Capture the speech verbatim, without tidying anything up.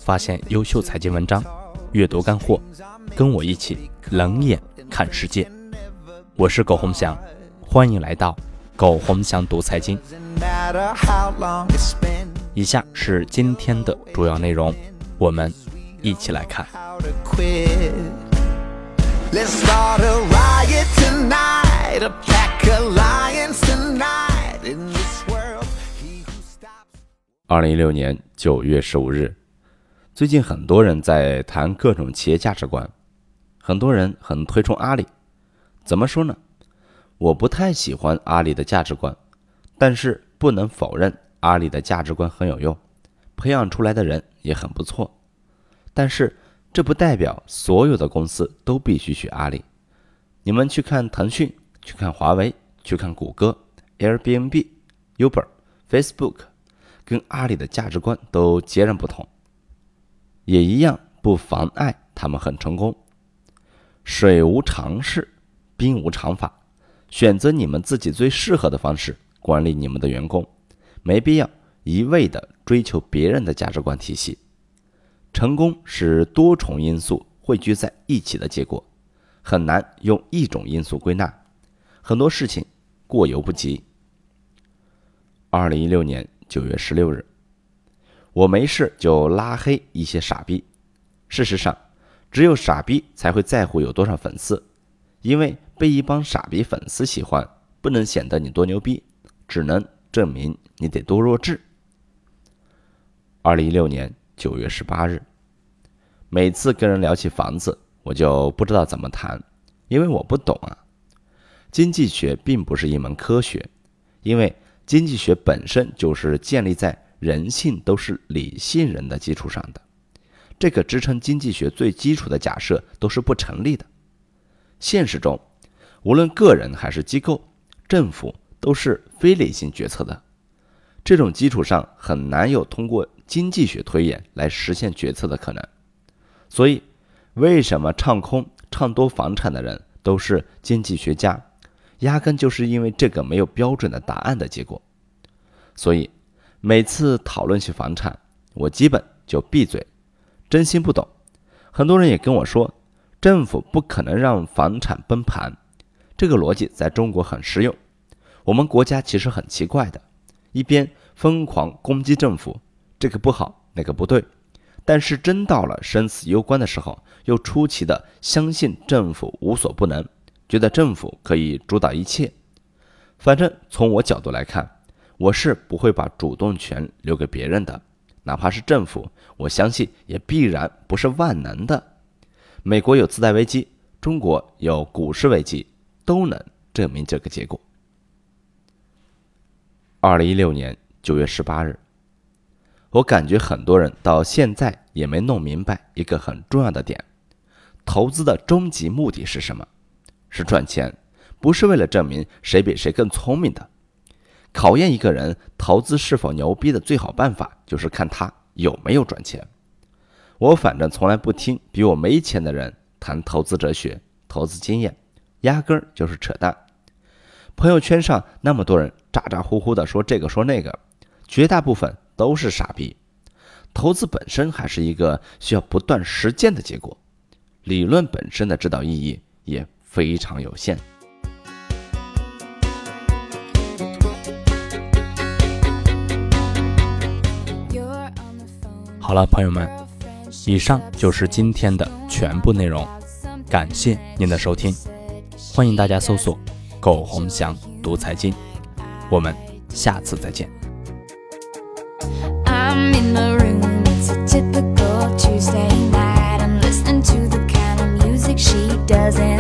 发现优秀财经文章，阅读干货，跟我一起冷眼看世界。我是苟洪祥，欢迎来到苟洪祥读财经。以下是今天的主要内容，我们一起来看。二零一六年九月十五日，最近很多人在谈各种企业价值观，很多人很推崇阿里。怎么说呢？我不太喜欢阿里的价值观，但是不能否认阿里的价值观很有用，培养出来的人也很不错。但是这不代表所有的公司都必须学阿里。你们去看腾讯，去看华为，去看谷歌、Airbnb、Uber、Facebook， 跟阿里的价值观都截然不同，也一样不妨碍他们很成功。水无常势，兵无常法，选择你们自己最适合的方式管理你们的员工，没必要一味地追求别人的价值观体系。成功是多重因素汇聚在一起的结果，很难用一种因素归纳，很多事情过犹不及。二零一六年九月十六日，我没事就拉黑一些傻逼。事实上，只有傻逼才会在乎有多少粉丝，因为被一帮傻逼粉丝喜欢，不能显得你多牛逼，只能证明你得多弱智。二零一六年九月十八日，每次跟人聊起房子，我就不知道怎么谈，因为我不懂啊。经济学并不是一门科学，因为经济学本身就是建立在人性都是理性人的基础上的，这个支撑经济学最基础的假设都是不成立的。现实中，无论个人还是机构、政府都是非理性决策的，这种基础上很难有通过经济学推演来实现决策的可能。所以，为什么唱空、唱多房产的人都是经济学家，压根就是因为这个没有标准的答案的结果。所以，每次讨论起房产，我基本就闭嘴，真心不懂。很多人也跟我说，政府不可能让房产崩盘，这个逻辑在中国很实用。我们国家其实很奇怪的，一边疯狂攻击政府，这个不好，那个不对，但是真到了生死攸关的时候，又出奇的相信政府无所不能，觉得政府可以主导一切。反正从我角度来看，我是不会把主动权留给别人的，哪怕是政府，我相信也必然不是万能的。美国有次贷危机，中国有股市危机，都能证明这个结果。二零一六年九月十八日，我感觉很多人到现在也没弄明白一个很重要的点：投资的终极目的是什么？是赚钱，不是为了证明谁比谁更聪明的。考验一个人投资是否牛逼的最好办法，就是看他有没有赚钱。我反正从来不听比我没钱的人谈投资哲学、投资经验，压根儿就是扯淡。朋友圈上那么多人咋咋呼呼的说这个说那个，绝大部分都是傻逼。投资本身还是一个需要不断实践的结果，理论本身的指导意义也非常有限。好了，朋友们，以上就是今天的全部内容，感谢您的收听，欢迎大家搜索苟洪祥读财经，我们下次再见。I'm in the room, it's a typical Tuesday night. I'm listening to the kind of music she doesn't